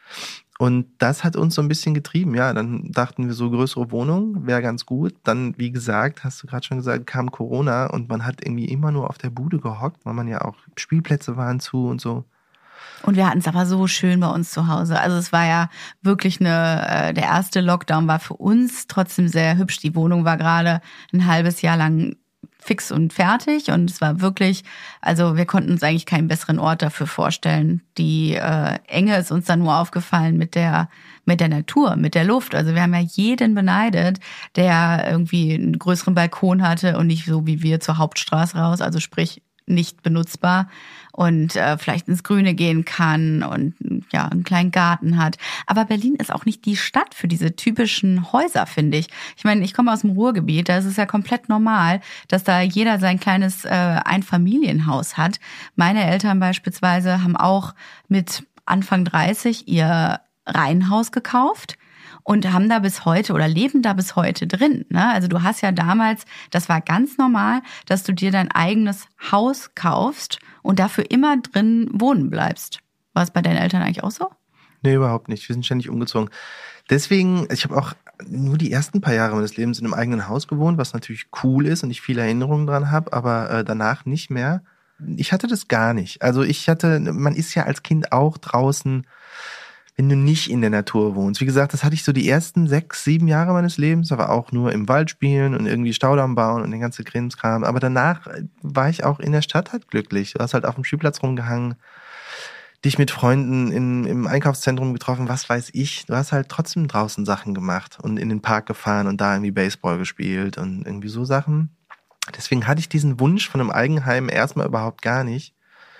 Und das hat uns so ein bisschen getrieben, ja. Dann dachten wir, so größere Wohnung wäre ganz gut. Dann, wie gesagt, hast du gerade schon gesagt, kam Corona und man hat irgendwie immer nur auf der Bude gehockt, weil man ja auch Spielplätze waren zu und so. Und wir hatten es aber so schön bei uns zu Hause. Also es war ja wirklich der erste Lockdown war für uns trotzdem sehr hübsch. Die Wohnung war gerade ein halbes Jahr lang fix und fertig und es war wirklich, also wir konnten uns eigentlich keinen besseren Ort dafür vorstellen. Die Enge ist uns dann nur aufgefallen mit der Natur, mit der Luft. Also wir haben ja jeden beneidet, der irgendwie einen größeren Balkon hatte und nicht so wie wir zur Hauptstraße raus, also sprich nicht benutzbar und vielleicht ins Grüne gehen kann und ja einen kleinen Garten hat. Aber Berlin ist auch nicht die Stadt für diese typischen Häuser, finde ich. Ich meine, ich komme aus dem Ruhrgebiet, da ist es ja komplett normal, dass da jeder sein kleines Einfamilienhaus hat. Meine Eltern beispielsweise haben auch mit Anfang 30 ihr Reihenhaus gekauft und haben da bis heute oder leben da bis heute drin. Ne? Also du hast ja damals, das war ganz normal, dass du dir dein eigenes Haus kaufst und dafür immer drin wohnen bleibst. War es bei deinen Eltern eigentlich auch so? Nee, überhaupt nicht. Wir sind ständig umgezogen. Deswegen, ich habe auch nur die ersten paar Jahre meines Lebens in einem eigenen Haus gewohnt, was natürlich cool ist und ich viele Erinnerungen dran habe, aber danach nicht mehr. Ich hatte das gar nicht. Also man ist ja als Kind auch draußen, wenn du nicht in der Natur wohnst. Wie gesagt, das hatte ich so die ersten 6, 7 Jahre meines Lebens, aber auch nur im Wald spielen und irgendwie Staudamm bauen und den ganzen Krimskram. Aber danach war ich auch in der Stadt halt glücklich. Du hast halt auf dem Spielplatz rumgehangen, dich mit Freunden im Einkaufszentrum getroffen, was weiß ich. Du hast halt trotzdem draußen Sachen gemacht und in den Park gefahren und da irgendwie Baseball gespielt und irgendwie so Sachen. Deswegen hatte ich diesen Wunsch von einem Eigenheim erstmal überhaupt gar nicht.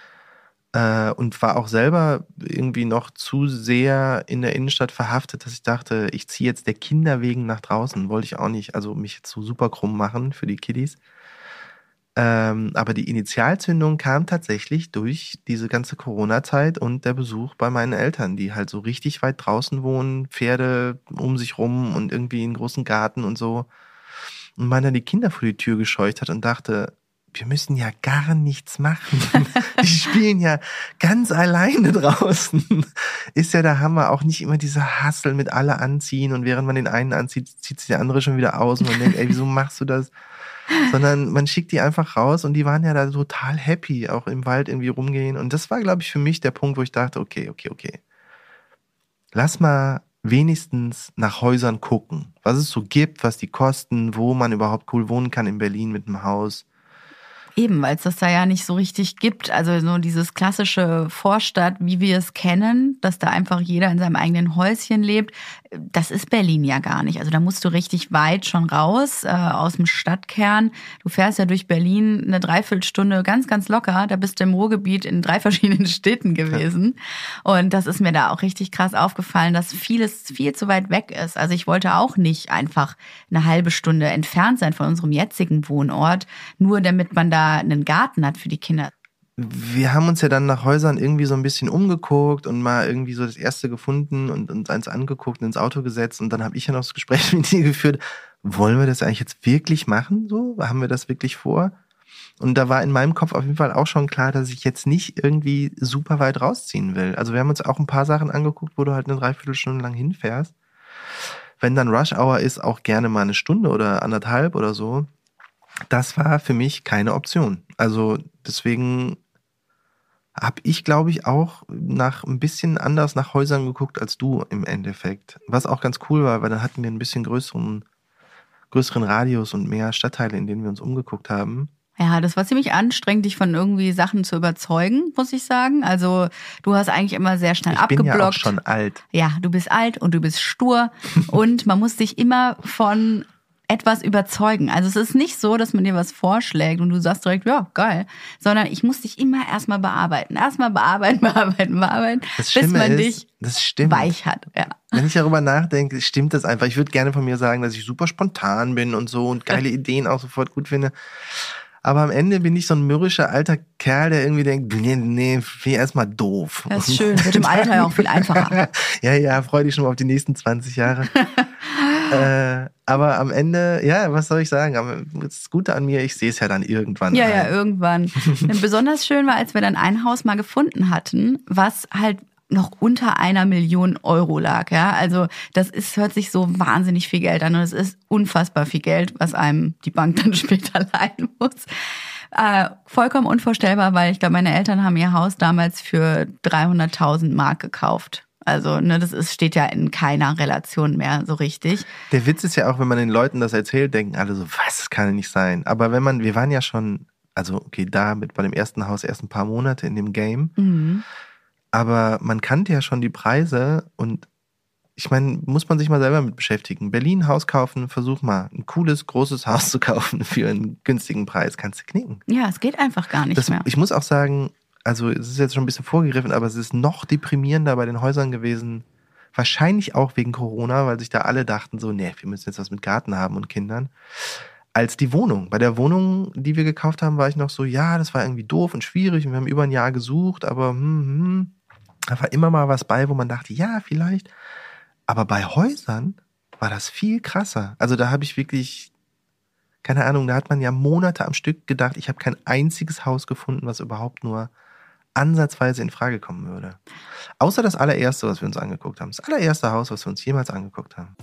Und war auch selber irgendwie noch zu sehr in der Innenstadt verhaftet, dass ich dachte, ich ziehe jetzt der Kinder wegen nach draußen. Wollte ich auch nicht, also mich jetzt so super krumm machen für die Kiddies. Aber die Initialzündung kam tatsächlich durch diese ganze Corona-Zeit und der Besuch bei meinen Eltern, die halt so richtig weit draußen wohnen, Pferde um sich rum und irgendwie einen großen Garten und so. Und man dann die Kinder vor die Tür gescheucht hat und dachte, wir müssen ja gar nichts machen. Die spielen ja ganz alleine draußen. Ist ja der Hammer. Auch nicht immer dieser Hassel mit alle anziehen und während man den einen anzieht, zieht sich der andere schon wieder aus und man denkt, ey, wieso machst du das? Sondern man schickt die einfach raus und die waren ja da total happy, auch im Wald irgendwie rumgehen. Und das war, glaube ich, für mich der Punkt, wo ich dachte, okay. Lass mal wenigstens nach Häusern gucken, was es so gibt, was die kosten, wo man überhaupt cool wohnen kann in Berlin mit einem Haus. Eben, weil es das da ja nicht so richtig gibt. Also so dieses klassische Vorstadt, wie wir es kennen, dass da einfach jeder in seinem eigenen Häuschen lebt, das ist Berlin ja gar nicht. Also da musst du richtig weit schon raus aus dem Stadtkern. Du fährst ja durch Berlin eine Dreiviertelstunde ganz, ganz locker. Da bist du im Ruhrgebiet in 3 verschiedenen Städten gewesen. Und das ist mir da auch richtig krass aufgefallen, dass vieles viel zu weit weg ist. Also ich wollte auch nicht einfach eine halbe Stunde entfernt sein von unserem jetzigen Wohnort, nur damit man da einen Garten hat für die Kinder. Wir haben uns ja dann nach Häusern irgendwie so ein bisschen umgeguckt und mal irgendwie so das erste gefunden und uns eins angeguckt und ins Auto gesetzt. Und dann habe ich ja noch das Gespräch mit dir geführt. Wollen wir das eigentlich jetzt wirklich machen? So, haben wir das wirklich vor? Und da war in meinem Kopf auf jeden Fall auch schon klar, dass ich jetzt nicht irgendwie super weit rausziehen will. Also wir haben uns auch ein paar Sachen angeguckt, wo du halt eine Dreiviertelstunde lang hinfährst. Wenn dann Rush Hour ist, auch gerne mal eine Stunde oder 1,5 oder so. Das war für mich keine Option. Also deswegen habe ich, glaube ich, auch ein bisschen anders nach Häusern geguckt als du im Endeffekt. Was auch ganz cool war, weil dann hatten wir ein bisschen größeren Radius und mehr Stadtteile, in denen wir uns umgeguckt haben. Ja, das war ziemlich anstrengend, dich von irgendwie Sachen zu überzeugen, muss ich sagen. Also du hast eigentlich immer sehr schnell abgeblockt. Ich bin ja auch schon alt. Ja, du bist alt und du bist stur und man muss dich immer von etwas überzeugen. Also es ist nicht so, dass man dir was vorschlägt und du sagst direkt, ja, geil, sondern ich muss dich immer erstmal bearbeiten. Erstmal bearbeiten, bis man dich weich hat. Ja. Wenn ich darüber nachdenke, stimmt das einfach. Ich würde gerne von mir sagen, dass ich super spontan bin und so und geile Ideen auch sofort gut finde. Aber am Ende bin ich so ein mürrischer alter Kerl, der irgendwie denkt, nee, finde ich erstmal doof. Das ist schön, wird im Alter ja auch viel einfacher. Ja, freu dich schon mal auf die nächsten 20 Jahre. Aber am Ende, ja, was soll ich sagen? Das Gute an mir, ich sehe es ja dann irgendwann. Ja, irgendwann. Besonders schön war, als wir dann ein Haus mal gefunden hatten, was halt noch unter 1 Million Euro lag. Ja? Also das hört sich so wahnsinnig viel Geld an und es ist unfassbar viel Geld, was einem die Bank dann später leihen muss. Vollkommen unvorstellbar, weil ich glaube, meine Eltern haben ihr Haus damals für 300.000 Mark gekauft. Also steht ja in keiner Relation mehr so richtig. Der Witz ist ja auch, wenn man den Leuten das erzählt, denken alle so, was, das kann ja nicht sein. Aber wir waren ja schon, also okay, bei dem ersten Haus erst ein paar Monate in dem Game. Mhm. Aber man kannte ja schon die Preise und ich meine, muss man sich mal selber mit beschäftigen. Berlin Haus kaufen, versuch mal ein cooles, großes Haus zu kaufen für einen günstigen Preis, kannst du knicken. Ja, es geht einfach gar nicht mehr. Ich muss auch sagen, also es ist jetzt schon ein bisschen vorgegriffen, aber es ist noch deprimierender bei den Häusern gewesen. Wahrscheinlich auch wegen Corona, weil sich da alle dachten so, nee, wir müssen jetzt was mit Garten haben und Kindern. Als die Wohnung. Bei der Wohnung, die wir gekauft haben, war ich noch so, ja, das war irgendwie doof und schwierig und wir haben über ein Jahr gesucht, aber da war immer mal was bei, wo man dachte, ja, vielleicht. Aber bei Häusern war das viel krasser. Also da habe ich wirklich, keine Ahnung, da hat man ja Monate am Stück gedacht, ich habe kein einziges Haus gefunden, was überhaupt nur ansatzweise in Frage kommen würde. Außer das allererste, was wir uns angeguckt haben. Das allererste Haus, was wir uns jemals angeguckt haben.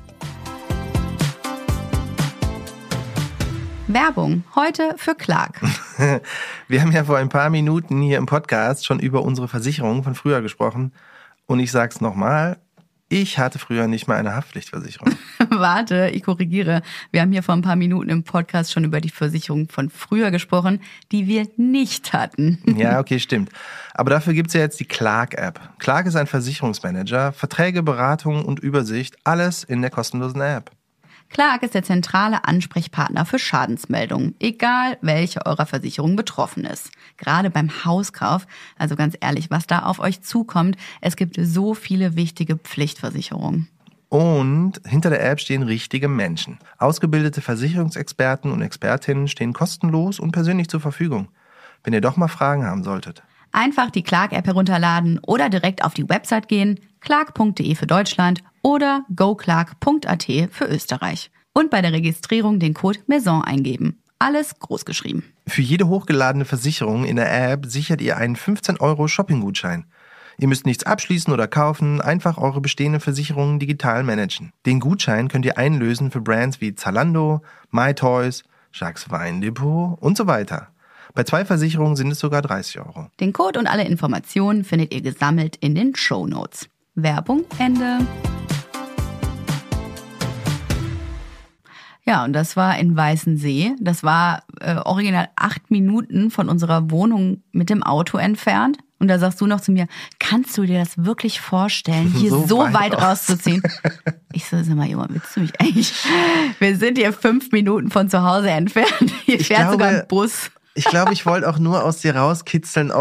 Werbung. Heute für Clark. Wir haben ja vor ein paar Minuten hier im Podcast schon über unsere Versicherung von früher gesprochen. Und ich sag's nochmal, ich hatte früher nicht mal eine Haftpflichtversicherung. Warte, ich korrigiere. Wir haben hier vor ein paar Minuten im Podcast schon über die Versicherung von früher gesprochen, die wir nicht hatten. Ja, okay, stimmt. Aber dafür gibt's ja jetzt die Clark-App. Clark ist ein Versicherungsmanager, Verträge, Beratung und Übersicht, alles in der kostenlosen App. Clark ist der zentrale Ansprechpartner für Schadensmeldungen, egal welche eurer Versicherung betroffen ist. Gerade beim Hauskauf, also ganz ehrlich, was da auf euch zukommt, es gibt so viele wichtige Pflichtversicherungen. Und hinter der App stehen richtige Menschen. Ausgebildete Versicherungsexperten und Expertinnen stehen kostenlos und persönlich zur Verfügung, wenn ihr doch mal Fragen haben solltet. Einfach die Clark-App herunterladen oder direkt auf die Website gehen, clark.de für Deutschland oder goclark.at für Österreich. Und bei der Registrierung den Code MAISON eingeben. Alles großgeschrieben. Für jede hochgeladene Versicherung in der App sichert ihr einen 15 € Shopping-Gutschein. Ihr müsst nichts abschließen oder kaufen, einfach eure bestehenden Versicherungen digital managen. Den Gutschein könnt ihr einlösen für Brands wie Zalando, MyToys, Jacques Weindepot und so weiter. Bei 2 Versicherungen sind es sogar 30 €. Den Code und alle Informationen findet ihr gesammelt in den Shownotes. Werbung Ende. Ja, und das war in Weißensee. Das war original 8 Minuten von unserer Wohnung mit dem Auto entfernt. Und da sagst du noch zu mir, kannst du dir das wirklich vorstellen, hier so weit rauszuziehen? Ich so, sag mal, Junge, willst du mich eigentlich? Wir sind hier 5 Minuten von zu Hause entfernt. Hier fährt sogar ein Bus. Ich glaube, ich wollte auch nur aus dir rauskitzeln,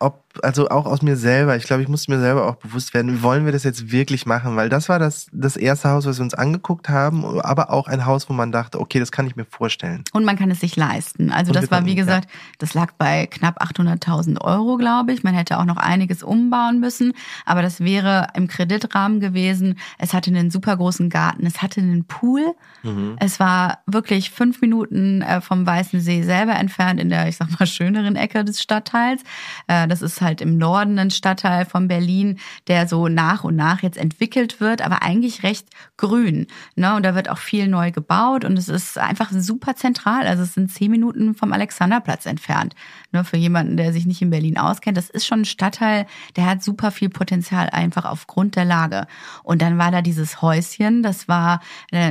also auch aus mir selber. Ich glaube, ich musste mir selber auch bewusst werden, wollen wir das jetzt wirklich machen? Weil das war das erste Haus, was wir uns angeguckt haben, aber auch ein Haus, wo man dachte, okay, das kann ich mir vorstellen. Und man kann es sich leisten. Also das war, wie gesagt, das lag bei knapp 800.000 Euro, glaube ich. Man hätte auch noch einiges umbauen müssen, aber das wäre im Kreditrahmen gewesen. Es hatte einen super großen Garten, es hatte einen Pool. Es war wirklich 5 Minuten vom Weißensee selber entfernt in der, ich sag mal, schöneren Ecke des Stadtteils. Das ist halt im Norden ein Stadtteil von Berlin, der so nach und nach jetzt entwickelt wird, aber eigentlich recht grün. Ne? Und da wird auch viel neu gebaut und es ist einfach super zentral. Also es sind 10 Minuten vom Alexanderplatz entfernt. Ne? Für jemanden, der sich nicht in Berlin auskennt, das ist schon ein Stadtteil, der hat super viel Potenzial einfach aufgrund der Lage. Und dann war da dieses Häuschen, das war,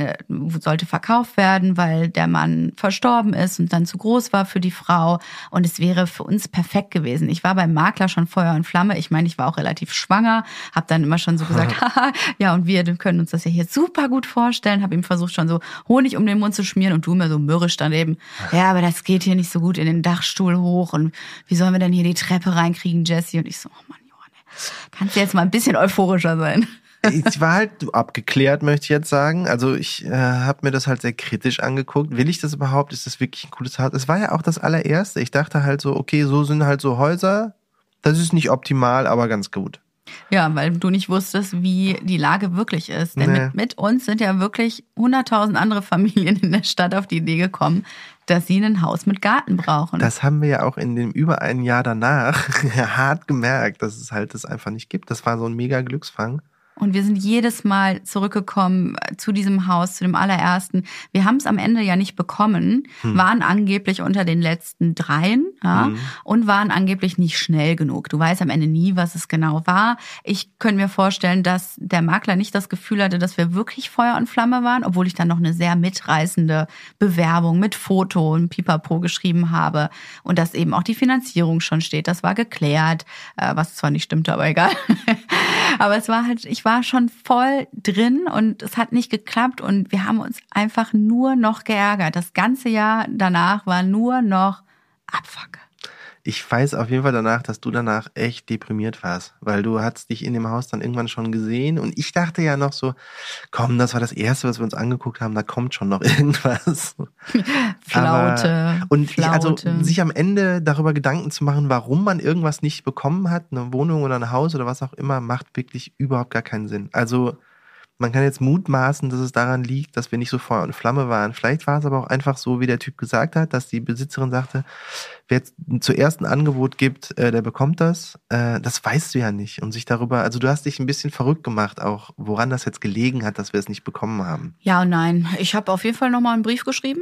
sollte verkauft werden, weil der Mann verstorben ist und dann zu groß war für die Frau. Und es wäre für uns perfekt gewesen. Ich war beim Makler schon Feuer und Flamme. Ich meine, ich war auch relativ schwanger, habe dann immer schon so gesagt, haha, ja, und wir können uns das ja hier super gut vorstellen. Habe ihm versucht, schon so Honig um den Mund zu schmieren und du mir so mürrisch daneben. Ja, aber das geht hier nicht so gut in den Dachstuhl hoch und wie sollen wir denn hier die Treppe reinkriegen, Jessie? Und ich so, oh Mann, Johann, kannst du jetzt mal ein bisschen euphorischer sein? Ich war halt abgeklärt, möchte ich jetzt sagen. Also ich habe mir das halt sehr kritisch angeguckt. Will ich das überhaupt? Ist das wirklich ein cooles Haus? Es war ja auch das allererste. Ich dachte halt so, okay, so sind halt so Häuser. Das ist nicht optimal, aber ganz gut. Ja, weil du nicht wusstest, wie die Lage wirklich ist. Denn mit uns sind ja wirklich 100.000 andere Familien in der Stadt auf die Idee gekommen, dass sie ein Haus mit Garten brauchen. Das haben wir ja auch in dem über ein Jahr danach hart gemerkt, dass es halt das einfach nicht gibt. Das war so ein mega Glücksfang. Und wir sind jedes Mal zurückgekommen zu diesem Haus, zu dem allerersten. Wir haben es am Ende ja nicht bekommen, waren angeblich unter den letzten 3 und waren angeblich nicht schnell genug. Du weißt am Ende nie, was es genau war. Ich könnte mir vorstellen, dass der Makler nicht das Gefühl hatte, dass wir wirklich Feuer und Flamme waren, obwohl ich dann noch eine sehr mitreißende Bewerbung mit Foto und Pipapo geschrieben habe und dass eben auch die Finanzierung schon steht. Das war geklärt, was zwar nicht stimmte, aber egal. Aber es war halt, ich war schon voll drin und es hat nicht geklappt und wir haben uns einfach nur noch geärgert. Das ganze Jahr danach war nur noch Abfuck. Ich weiß auf jeden Fall danach, dass du danach echt deprimiert warst, weil du hast dich in dem Haus dann irgendwann schon gesehen und ich dachte ja noch so, komm, das war das Erste, was wir uns angeguckt haben, da kommt schon noch irgendwas. Flaute. Also sich am Ende darüber Gedanken zu machen, warum man irgendwas nicht bekommen hat, eine Wohnung oder ein Haus oder was auch immer, macht wirklich überhaupt gar keinen Sinn. Also man kann jetzt mutmaßen, dass es daran liegt, dass wir nicht so Feuer und Flamme waren. Vielleicht war es aber auch einfach so, wie der Typ gesagt hat, dass die Besitzerin sagte, wer jetzt zuerst ein Angebot gibt, der bekommt das. Das weißt du ja nicht. Und sich darüber, also du hast dich ein bisschen verrückt gemacht, auch woran das jetzt gelegen hat, dass wir es nicht bekommen haben. Ja und nein. Ich habe auf jeden Fall nochmal einen Brief geschrieben.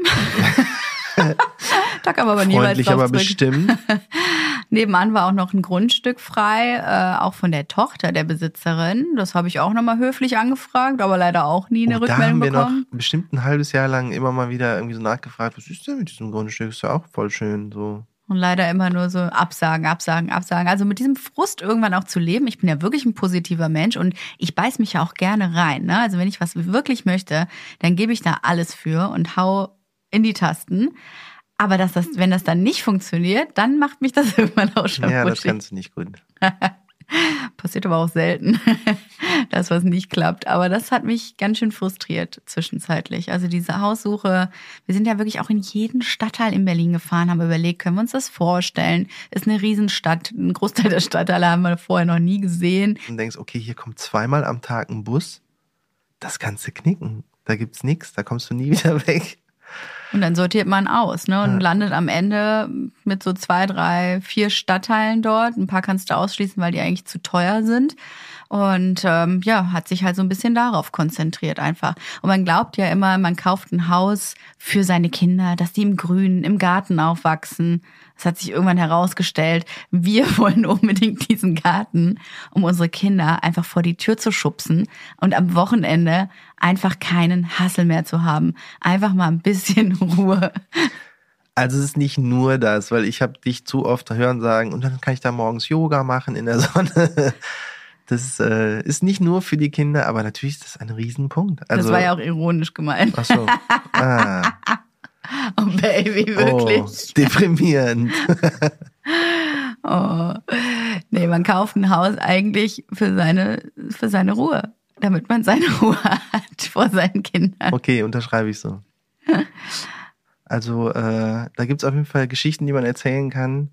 Da kam aber niemals freundlich, aber bestimmt. Nebenan war auch noch ein Grundstück frei, auch von der Tochter der Besitzerin. Das habe ich auch nochmal höflich angefragt, aber leider auch nie eine Rückmeldung bekommen. Da haben wir noch bestimmt ein halbes Jahr lang immer mal wieder irgendwie so nachgefragt, was ist denn mit diesem Grundstück? Ist ja auch voll schön so. Und leider immer nur so Absagen. Also mit diesem Frust irgendwann auch zu leben. Ich bin ja wirklich ein positiver Mensch und ich beiß mich ja auch gerne rein. Ne? Also wenn ich was wirklich möchte, dann gebe ich da alles für und hau in die Tasten. Aber wenn das dann nicht funktioniert, dann macht mich das irgendwann auch schon Ja, putzig. das kannst du nicht gut. Passiert aber auch selten, dass was nicht klappt. Aber das hat mich ganz schön frustriert zwischenzeitlich. Also diese Haussuche, wir sind ja wirklich auch in jeden Stadtteil in Berlin gefahren, haben überlegt, können wir uns das vorstellen? Ist eine Riesenstadt, ein Großteil der Stadtteile haben wir vorher noch nie gesehen. Und denkst, okay, hier kommt 2-mal am Tag ein Bus, das kannst du knicken. Da gibt's nichts, da kommst du nie wieder weg. Und dann sortiert man aus, ne? Und landet am Ende mit so 2, 3, 4 Stadtteilen dort. Ein paar kannst du ausschließen, weil die eigentlich zu teuer sind. Und hat sich halt so ein bisschen darauf konzentriert einfach. Und man glaubt ja immer, man kauft ein Haus für seine Kinder, dass die im Grünen, im Garten aufwachsen. Es hat sich irgendwann herausgestellt, wir wollen unbedingt diesen Garten, um unsere Kinder einfach vor die Tür zu schubsen und am Wochenende einfach keinen Hassel mehr zu haben. Einfach mal ein bisschen Ruhe. Also es ist nicht nur das, weil ich habe dich zu oft hören sagen, und dann kann ich da morgens Yoga machen in der Sonne. Das ist nicht nur für die Kinder, aber natürlich ist das ein Riesenpunkt. Also, das war ja auch ironisch gemeint. Ach so. Oh Baby, wirklich. Oh, deprimierend. Oh. Nee, man kauft ein Haus eigentlich für seine Ruhe, damit man seine Ruhe hat vor seinen Kindern. Okay, unterschreibe ich so. Also da gibt es auf jeden Fall Geschichten, die man erzählen kann,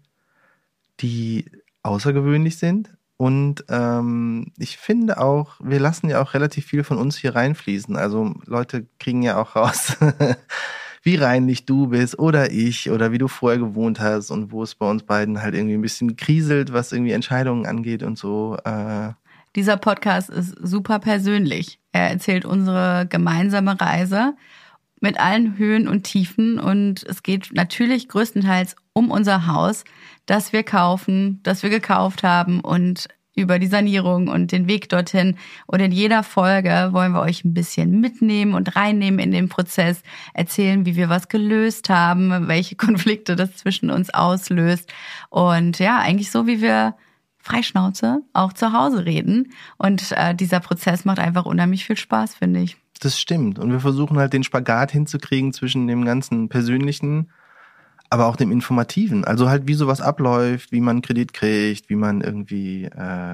die außergewöhnlich sind. Und ich finde auch, wir lassen ja auch relativ viel von uns hier reinfließen. Also Leute kriegen ja auch raus, wie reinlich du bist oder ich oder wie du vorher gewohnt hast und wo es bei uns beiden halt irgendwie ein bisschen kriselt, was irgendwie Entscheidungen angeht und so. Dieser Podcast ist super persönlich. Er erzählt unsere gemeinsame Reise mit allen Höhen und Tiefen und es geht natürlich größtenteils um unser Haus, das wir kaufen, das wir gekauft haben und über die Sanierung und den Weg dorthin. Und in jeder Folge wollen wir euch ein bisschen mitnehmen und reinnehmen in den Prozess, erzählen, wie wir was gelöst haben, welche Konflikte das zwischen uns auslöst. Und ja, eigentlich so, wie wir Freischnauze auch zu Hause reden. Und dieser Prozess macht einfach unheimlich viel Spaß, finde ich. Das stimmt. Und wir versuchen halt den Spagat hinzukriegen zwischen dem ganzen Persönlichen, aber auch dem Informativen. Also halt, wie sowas abläuft, wie man Kredit kriegt, wie man irgendwie,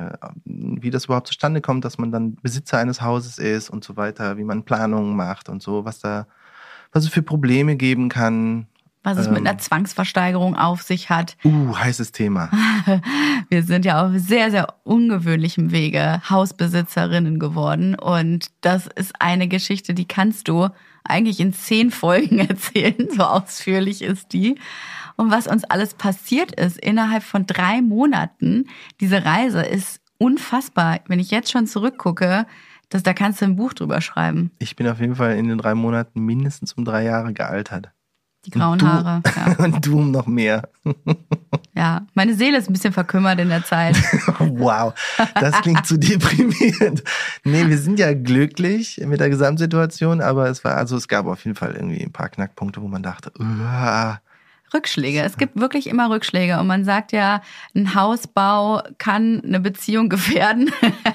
wie das überhaupt zustande kommt, dass man dann Besitzer eines Hauses ist und so weiter, wie man Planungen macht und so, was es für Probleme geben kann. Was es mit einer Zwangsversteigerung auf sich hat. Heißes Thema. Wir sind ja auf sehr, sehr ungewöhnlichem Wege Hausbesitzerinnen geworden. Und das ist eine Geschichte, die kannst du eigentlich in 10 Folgen erzählen. So ausführlich ist die. Und was uns alles passiert ist innerhalb von 3 Monaten. Diese Reise ist unfassbar. Wenn ich jetzt schon zurückgucke, da kannst du ein Buch drüber schreiben. Ich bin auf jeden Fall in den 3 Monaten mindestens um 3 Jahre gealtert. Die grauen Haare. Ja. Und du noch mehr. Ja, meine Seele ist ein bisschen verkümmert in der Zeit. Wow, das klingt zu deprimierend. Nee, wir sind ja glücklich mit der Gesamtsituation, aber es gab auf jeden Fall irgendwie ein paar Knackpunkte, wo man dachte, Rückschläge. Es gibt wirklich immer Rückschläge. Und man sagt ja, ein Hausbau kann eine Beziehung gefährden.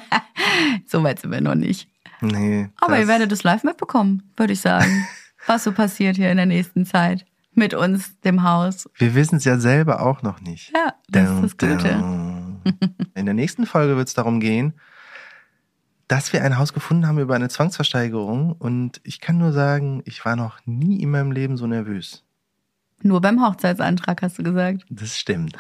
So weit sind wir noch nicht. Nee. Aber ihr werdet es live mitbekommen, würde ich sagen. Was so passiert hier in der nächsten Zeit mit uns, dem Haus. Wir wissen es ja selber auch noch nicht. Ja, das ist das Gute. In der nächsten Folge wird es darum gehen, dass wir ein Haus gefunden haben über eine Zwangsversteigerung. Und ich kann nur sagen, ich war noch nie in meinem Leben so nervös. Nur beim Hochzeitsantrag, hast du gesagt. Das stimmt.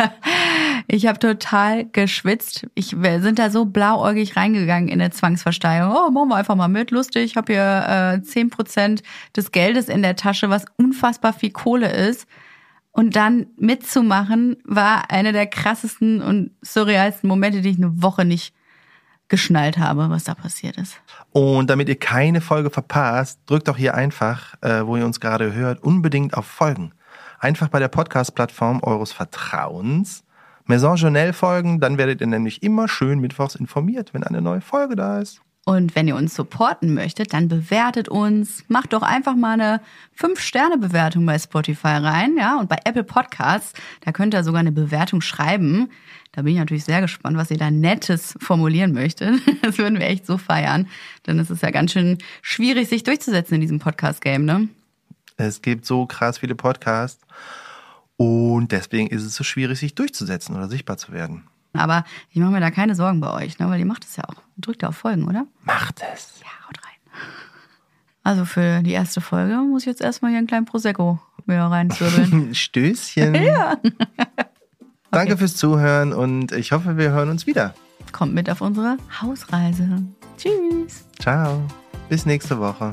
Ich habe total geschwitzt. Wir sind da so blauäugig reingegangen in eine Zwangsversteigerung. Oh, machen wir einfach mal mit, lustig. Ich habe hier 10% des Geldes in der Tasche, was unfassbar viel Kohle ist. Und dann mitzumachen, war einer der krassesten und surrealsten Momente, die ich eine Woche nicht geschnallt habe, was da passiert ist. Und damit ihr keine Folge verpasst, drückt doch hier einfach, wo ihr uns gerade hört, unbedingt auf Folgen. Einfach bei der Podcast-Plattform eures Vertrauens Maison Journelle folgen, dann werdet ihr nämlich immer schön mittwochs informiert, wenn eine neue Folge da ist. Und wenn ihr uns supporten möchtet, dann bewertet uns. Macht doch einfach mal eine 5-Sterne-Bewertung bei Spotify rein, ja, und bei Apple Podcasts, da könnt ihr sogar eine Bewertung schreiben. Da bin ich natürlich sehr gespannt, was ihr da Nettes formulieren möchtet. Das würden wir echt so feiern, denn es ist ja ganz schön schwierig, sich durchzusetzen in diesem Podcast-Game, ne? Es gibt so krass viele Podcasts und deswegen ist es so schwierig, sich durchzusetzen oder sichtbar zu werden. Aber ich mache mir da keine Sorgen bei euch, ne? Weil ihr macht es ja auch. Drückt ja auf Folgen, oder? Macht es. Ja, haut rein. Also für die erste Folge muss ich jetzt erstmal hier einen kleinen Prosecco wieder reinzwirbeln. Stößchen. Ja. Danke fürs Zuhören und ich hoffe, wir hören uns wieder. Kommt mit auf unsere Hausreise. Tschüss. Ciao. Bis nächste Woche.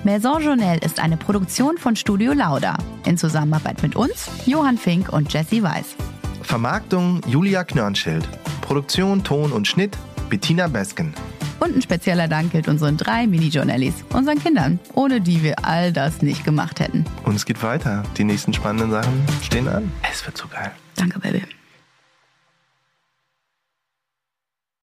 Maison Jonelle ist eine Produktion von Studio Lauda. In Zusammenarbeit mit uns, Johann Fink und Jessie Weiß. Vermarktung Julia Knörnschild. Produktion, Ton und Schnitt Bettina Besken. Und ein spezieller Dank gilt unseren 3 Mini-Journalies, unseren Kindern, ohne die wir all das nicht gemacht hätten. Und es geht weiter. Die nächsten spannenden Sachen stehen an. Es wird so geil. Danke, Baby.